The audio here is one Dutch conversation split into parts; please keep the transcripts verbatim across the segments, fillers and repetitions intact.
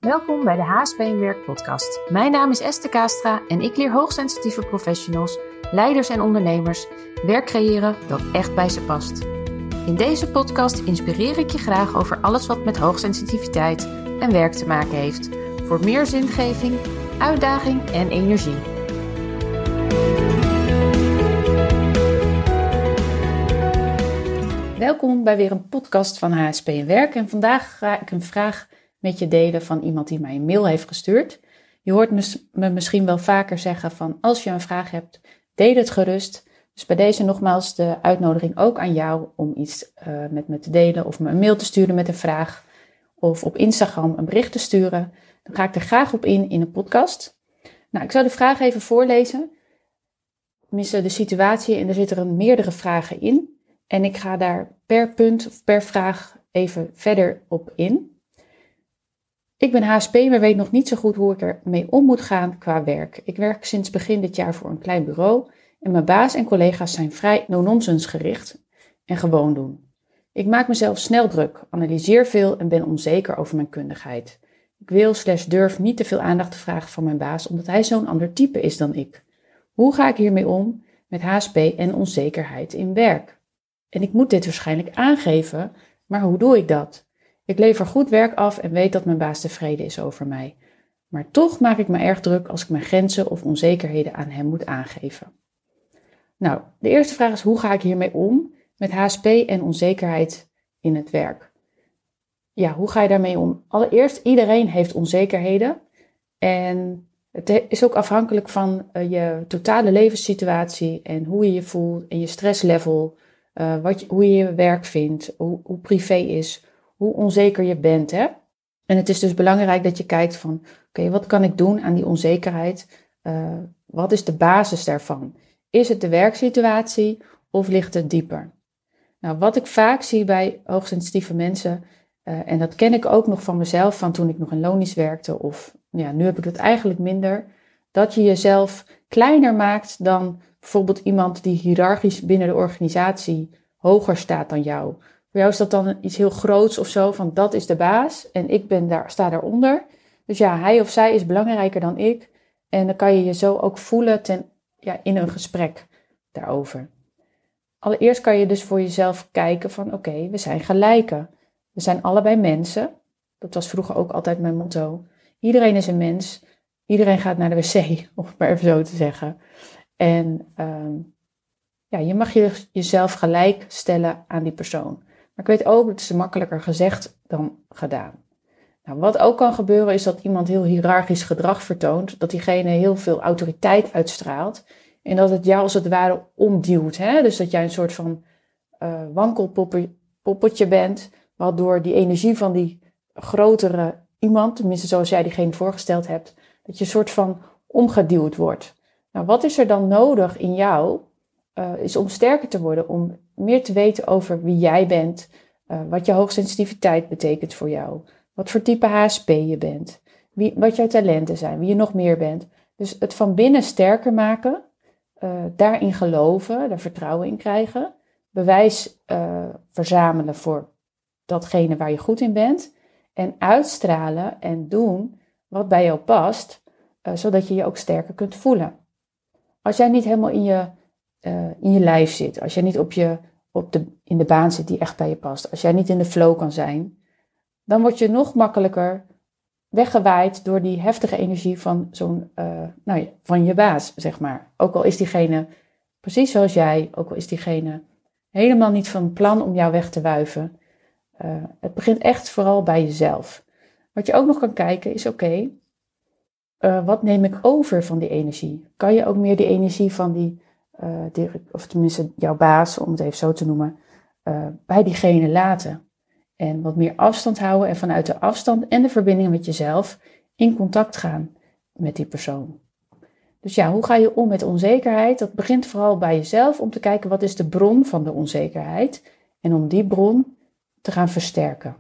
Welkom bij de H S P en Werk podcast. Mijn naam is Esther Kastra en ik leer hoogsensitieve professionals, leiders en ondernemers werk creëren dat echt bij ze past. In deze podcast inspireer ik je graag over alles wat met hoogsensitiviteit en werk te maken heeft. Voor meer zingeving, uitdaging en energie. Welkom bij weer een podcast van H S P en Werk. En vandaag ga ik een vraag met je delen van iemand die mij een mail heeft gestuurd. Je hoort me misschien wel vaker zeggen van als je een vraag hebt, deel het gerust. Dus bij deze nogmaals de uitnodiging ook aan jou om iets uh, met me te delen of me een mail te sturen met een vraag. Of op Instagram een bericht te sturen. Dan ga ik er graag op in in een podcast. Nou, ik zal de vraag even voorlezen. Tenminste de situatie en er zitten meerdere vragen in. En ik ga daar per punt of per vraag even verder op in. Ik ben H S P, maar weet nog niet zo goed hoe ik ermee om moet gaan qua werk. Ik werk sinds begin dit jaar voor een klein bureau en mijn baas en collega's zijn vrij no-nonsense gericht en gewoon doen. Ik maak mezelf snel druk, analyseer veel en ben onzeker over mijn kundigheid. Ik wil slash durf niet te veel aandacht te vragen van mijn baas, omdat hij zo'n ander type is dan ik. Hoe ga ik hiermee om met H S P en onzekerheid in werk? En ik moet dit waarschijnlijk aangeven, maar hoe doe ik dat? Ik lever goed werk af en weet dat mijn baas tevreden is over mij. Maar toch maak ik me erg druk als ik mijn grenzen of onzekerheden aan hem moet aangeven. Nou, de eerste vraag is hoe ga ik hiermee om met H S P en onzekerheid in het werk? Ja, hoe ga je daarmee om? Allereerst, iedereen heeft onzekerheden en het is ook afhankelijk van uh, je totale levenssituatie en hoe je je voelt en je stresslevel, uh, wat je, hoe je je werk vindt, hoe, hoe privé is, hoe onzeker je bent, hè? En het is dus belangrijk dat je kijkt van, oké, okay, wat kan ik doen aan die onzekerheid? Uh, wat is de basis daarvan? Is het de werksituatie of ligt het dieper? Nou, wat ik vaak zie bij hoogsensitieve mensen, uh, en dat ken ik ook nog van mezelf, van toen ik nog in loondienst werkte, of ja, nu heb ik het eigenlijk minder, dat je jezelf kleiner maakt dan bijvoorbeeld iemand die hiërarchisch binnen de organisatie hoger staat dan jou. Voor jou is dat dan iets heel groots of zo, van dat is de baas en ik ben daar, sta daaronder. Dus ja, hij of zij is belangrijker dan ik. En dan kan je je zo ook voelen ten, ja, in een gesprek daarover. Allereerst kan je dus voor jezelf kijken van oké, okay, we zijn gelijken. We zijn allebei mensen. Dat was vroeger ook altijd mijn motto. Iedereen is een mens. Iedereen gaat naar de wc, om het maar even zo te zeggen. En um, ja, je mag je, jezelf gelijk stellen aan die persoon. Maar ik weet ook, het is makkelijker gezegd dan gedaan. Nou, wat ook kan gebeuren is dat iemand heel hiërarchisch gedrag vertoont. Dat diegene heel veel autoriteit uitstraalt. En dat het jou als het ware omduwt. Hè? Dus dat jij een soort van uh, wankelpoppetje bent. Waardoor die energie van die grotere iemand, tenminste zoals jij diegene voorgesteld hebt. Dat je een soort van omgeduwd wordt. Nou, wat is er dan nodig in jou? Uh, is om sterker te worden, om meer te weten over wie jij bent, uh, wat je hoogsensitiviteit betekent voor jou, wat voor type H S P je bent, wie, wat jouw talenten zijn, wie je nog meer bent. Dus het van binnen sterker maken, uh, daarin geloven, daar vertrouwen in krijgen, bewijs uh, verzamelen voor datgene waar je goed in bent en uitstralen en doen wat bij jou past, uh, zodat je je ook sterker kunt voelen. Als jij niet helemaal in je Uh, in je lijf zit, als jij niet op je, op de, in de baan zit die echt bij je past, als jij niet in de flow kan zijn, dan word je nog makkelijker weggewaaid door die heftige energie van zo'n, uh, nou ja, van je baas, zeg maar. Ook al is diegene precies zoals jij, ook al is diegene helemaal niet van plan om jou weg te wuiven. Uh, het begint echt vooral bij jezelf. Wat je ook nog kan kijken is, oké, okay, uh, wat neem ik over van die energie? Kan je ook meer die energie van die Uh, of tenminste jouw baas, om het even zo te noemen, uh, bij diegene laten. En wat meer afstand houden en vanuit de afstand en de verbinding met jezelf in contact gaan met die persoon. Dus ja, hoe ga je om met onzekerheid? Dat begint vooral bij jezelf om te kijken wat is de bron van de onzekerheid en om die bron te gaan versterken.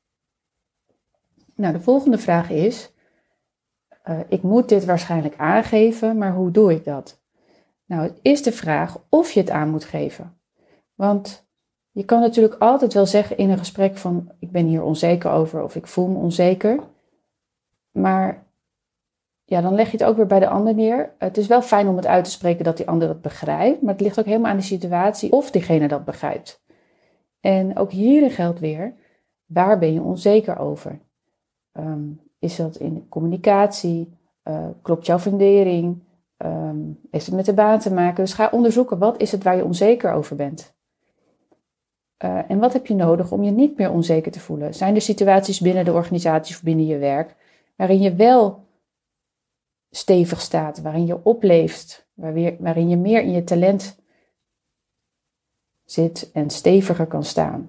Nou, de volgende vraag is, uh, ik moet dit waarschijnlijk aangeven, maar hoe doe ik dat? Nou, het is de vraag of je het aan moet geven. Want je kan natuurlijk altijd wel zeggen in een gesprek van ik ben hier onzeker over of ik voel me onzeker. Maar ja, dan leg je het ook weer bij de ander neer. Het is wel fijn om het uit te spreken dat die ander dat begrijpt. Maar het ligt ook helemaal aan de situatie of diegene dat begrijpt. En ook hierin geldt weer, waar ben je onzeker over? Um, is dat in communicatie? Uh, klopt jouw fundering? Um, heeft het met de baan te maken? Dus ga onderzoeken, wat is het waar je onzeker over bent? Uh, en wat heb je nodig om je niet meer onzeker te voelen? Zijn er situaties binnen de organisatie of binnen je werk waarin je wel stevig staat, waarin je opleeft, waarin je meer in je talent zit en steviger kan staan?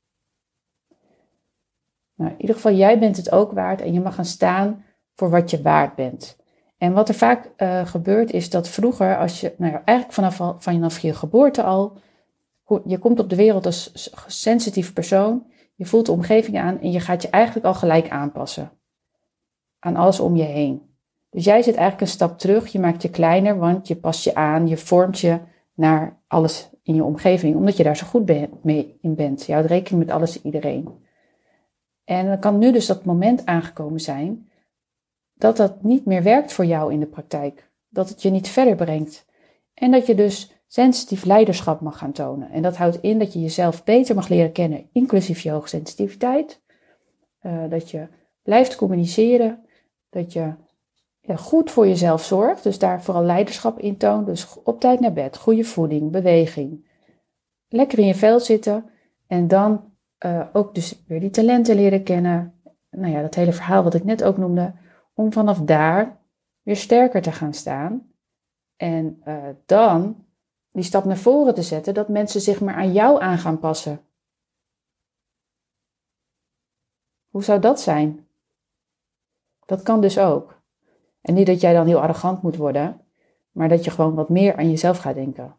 Nou, in ieder geval, jij bent het ook waard en je mag gaan staan voor wat je waard bent. En wat er vaak uh, gebeurt is dat vroeger, als je, nou ja, eigenlijk vanaf, vanaf je geboorte al, je komt op de wereld als sensitief persoon, je voelt de omgeving aan en je gaat je eigenlijk al gelijk aanpassen aan alles om je heen. Dus jij zit eigenlijk een stap terug, je maakt je kleiner, want je past je aan, je vormt je naar alles in je omgeving, omdat je daar zo goed ben, mee in bent. Je houdt rekening met alles en iedereen. En dan kan nu dus dat moment aangekomen zijn dat dat niet meer werkt voor jou in de praktijk. Dat het je niet verder brengt. En dat je dus sensitief leiderschap mag gaan tonen. En dat houdt in dat je jezelf beter mag leren kennen, inclusief je hoogsensitiviteit. Uh, dat je blijft communiceren. Dat je ja, goed voor jezelf zorgt. Dus daar vooral leiderschap in toont. Dus op tijd naar bed, goede voeding, beweging. Lekker in je vel zitten. En dan uh, ook dus weer die talenten leren kennen. Nou ja, dat hele verhaal wat ik net ook noemde. Om vanaf daar weer sterker te gaan staan. En uh, dan die stap naar voren te zetten. Dat mensen zich maar aan jou aan gaan passen. Hoe zou dat zijn? Dat kan dus ook. En niet dat jij dan heel arrogant moet worden. Maar dat je gewoon wat meer aan jezelf gaat denken.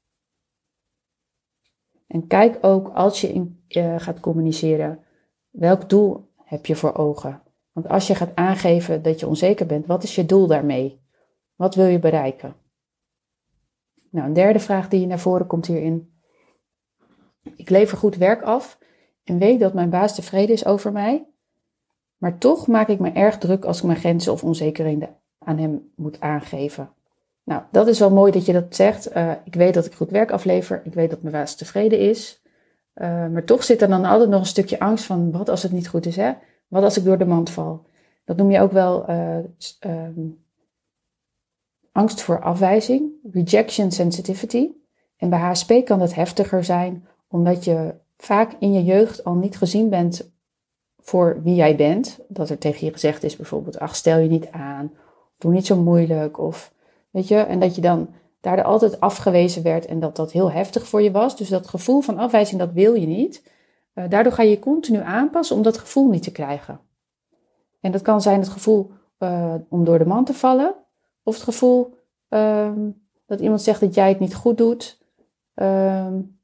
En kijk ook als je in, uh, gaat communiceren. Welk doel heb je voor ogen? Want als je gaat aangeven dat je onzeker bent, wat is je doel daarmee? Wat wil je bereiken? Nou, een derde vraag die naar voren komt hierin. Ik lever goed werk af en weet dat mijn baas tevreden is over mij. Maar toch maak ik me erg druk als ik mijn grenzen of onzekerheden aan hem moet aangeven. Nou, dat is wel mooi dat je dat zegt. Uh, ik weet dat ik goed werk aflever. Ik weet dat mijn baas tevreden is. Uh, maar toch zit er dan altijd nog een stukje angst van, wat als het niet goed is, hè? Wat als ik door de mand val? Dat noem je ook wel uh, um, angst voor afwijzing, rejection sensitivity. En bij H S P kan dat heftiger zijn, omdat je vaak in je jeugd al niet gezien bent voor wie jij bent. Dat er tegen je gezegd is bijvoorbeeld, ach, stel je niet aan, doe niet zo moeilijk, of weet je, en dat je dan daardoor altijd afgewezen werd en dat dat heel heftig voor je was. Dus dat gevoel van afwijzing, dat wil je niet. Uh, daardoor ga je je continu aanpassen om dat gevoel niet te krijgen. En dat kan zijn het gevoel uh, om door de mand te vallen. Of het gevoel uh, dat iemand zegt dat jij het niet goed doet. Uh,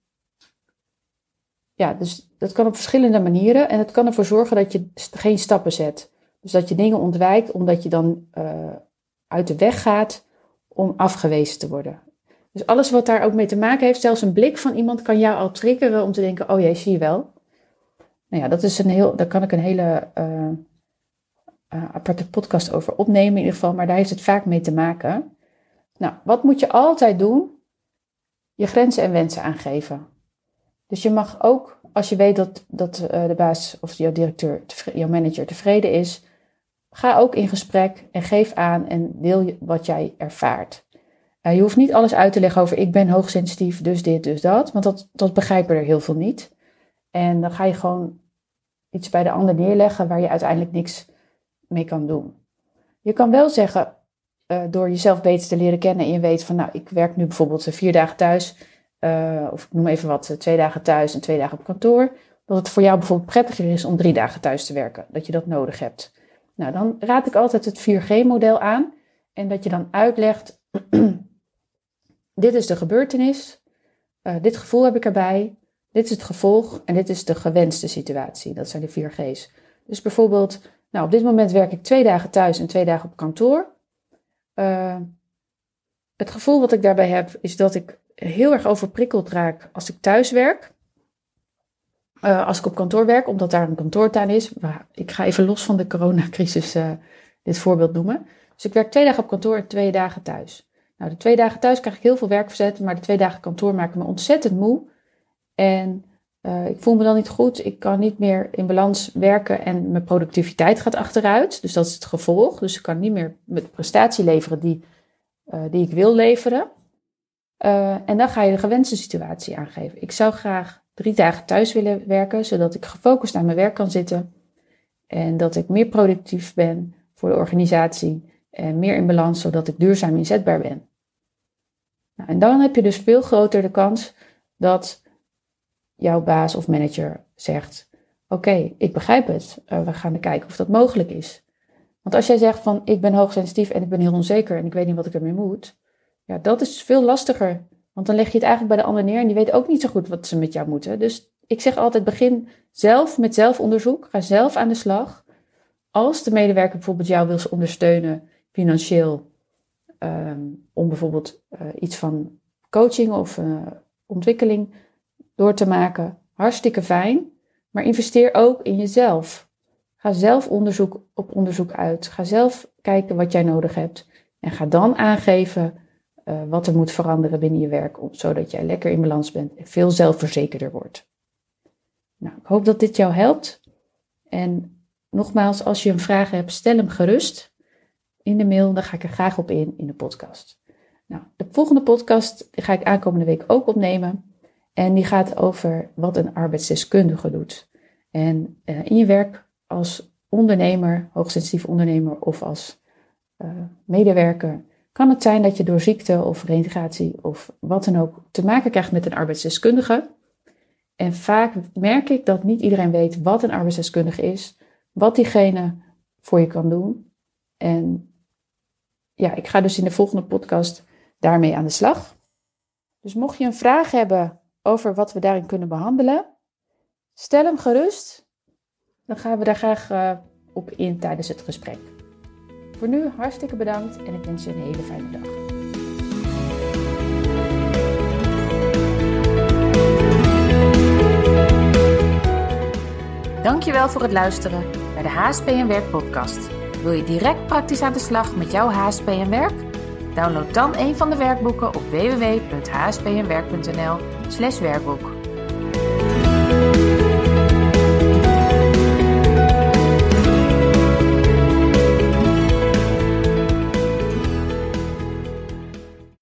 ja, dus dat kan op verschillende manieren. En het kan ervoor zorgen dat je geen stappen zet. Dus dat je dingen ontwijkt omdat je dan uh, uit de weg gaat om afgewezen te worden. Dus alles wat daar ook mee te maken heeft, zelfs een blik van iemand kan jou al triggeren om te denken, oh jee, zie je wel. Nou ja, dat is een heel, daar kan ik een hele uh, uh, aparte podcast over opnemen in ieder geval, maar daar heeft het vaak mee te maken. Nou, wat moet je altijd doen? Je grenzen en wensen aangeven. Dus je mag ook, als je weet dat, dat uh, de baas of jouw directeur, jouw manager tevreden is, ga ook in gesprek en geef aan en deel je wat jij ervaart. Uh, je hoeft niet alles uit te leggen over ik ben hoogsensitief, dus dit, dus dat, want dat, dat begrijpen er heel veel niet. En dan ga je gewoon iets bij de ander neerleggen waar je uiteindelijk niks mee kan doen. Je kan wel zeggen, uh, door jezelf beter te leren kennen en je weet van, nou, ik werk nu bijvoorbeeld vier dagen thuis, uh, of ik noem even wat, twee dagen thuis en twee dagen op kantoor, dat het voor jou bijvoorbeeld prettiger is om drie dagen thuis te werken, dat je dat nodig hebt. Nou, dan raad ik altijd het vier G model aan en dat je dan uitlegt, dit is de gebeurtenis, uh, dit gevoel heb ik erbij, dit is het gevolg en dit is de gewenste situatie. Dat zijn de vier G's. Dus bijvoorbeeld, nou, op dit moment werk ik twee dagen thuis en twee dagen op kantoor. Uh, het gevoel wat ik daarbij heb is dat ik heel erg overprikkeld raak als ik thuis werk. Uh, als ik op kantoor werk, omdat daar een kantoortuin is. Ik ga even los van de coronacrisis uh, dit voorbeeld noemen. Dus ik werk twee dagen op kantoor en twee dagen thuis. Nou, de twee dagen thuis krijg ik heel veel werk verzet, maar de twee dagen kantoor maken me ontzettend moe. En uh, ik voel me dan niet goed. Ik kan niet meer in balans werken en mijn productiviteit gaat achteruit. Dus dat is het gevolg. Dus ik kan niet meer met prestatie leveren die, uh, die ik wil leveren. Uh, en dan ga je de gewenste situatie aangeven. Ik zou graag drie dagen thuis willen werken, zodat ik gefocust aan mijn werk kan zitten. En dat ik meer productief ben voor de organisatie. En meer in balans, zodat ik duurzaam inzetbaar ben. Nou, en dan heb je dus veel groter de kans dat jouw baas of manager zegt, oké, okay, ik begrijp het. Uh, we gaan kijken of dat mogelijk is. Want als jij zegt van, ik ben hoogsensitief en ik ben heel onzeker en ik weet niet wat ik ermee moet. Ja, dat is veel lastiger. Want dan leg je het eigenlijk bij de ander neer en die weet ook niet zo goed wat ze met jou moeten. Dus ik zeg altijd, begin zelf met zelfonderzoek. Ga zelf aan de slag. Als de medewerker bijvoorbeeld jou wil ondersteunen, financieel, um, om bijvoorbeeld uh, iets van coaching of uh, ontwikkeling door te maken, hartstikke fijn. Maar investeer ook in jezelf. Ga zelf onderzoek op onderzoek uit. Ga zelf kijken wat jij nodig hebt. En ga dan aangeven uh, wat er moet veranderen binnen je werk, zodat jij lekker in balans bent en veel zelfverzekerder wordt. Nou, ik hoop dat dit jou helpt. En nogmaals, als je een vraag hebt, stel hem gerust in de mail. Dan ga ik er graag op in in de podcast. Nou, de volgende podcast ga ik aankomende week ook opnemen. En die gaat over wat een arbeidsdeskundige doet. En uh, in je werk als ondernemer, hoogsensitief ondernemer of als uh, medewerker, kan het zijn dat je door ziekte of reintegratie of wat dan ook te maken krijgt met een arbeidsdeskundige. En vaak merk ik dat niet iedereen weet wat een arbeidsdeskundige is, wat diegene voor je kan doen. En ja, ik ga dus in de volgende podcast daarmee aan de slag. Dus mocht je een vraag hebben over wat we daarin kunnen behandelen, stel hem gerust. Dan gaan we daar graag uh, op in tijdens het gesprek. Voor nu hartstikke bedankt en ik wens je een hele fijne dag. Dankjewel voor het luisteren bij de H S P en Werk podcast. Wil je direct praktisch aan de slag met jouw H S P en Werk? Download dan een van de werkboeken op w w w punt h s p en werk punt n l slash werkboek.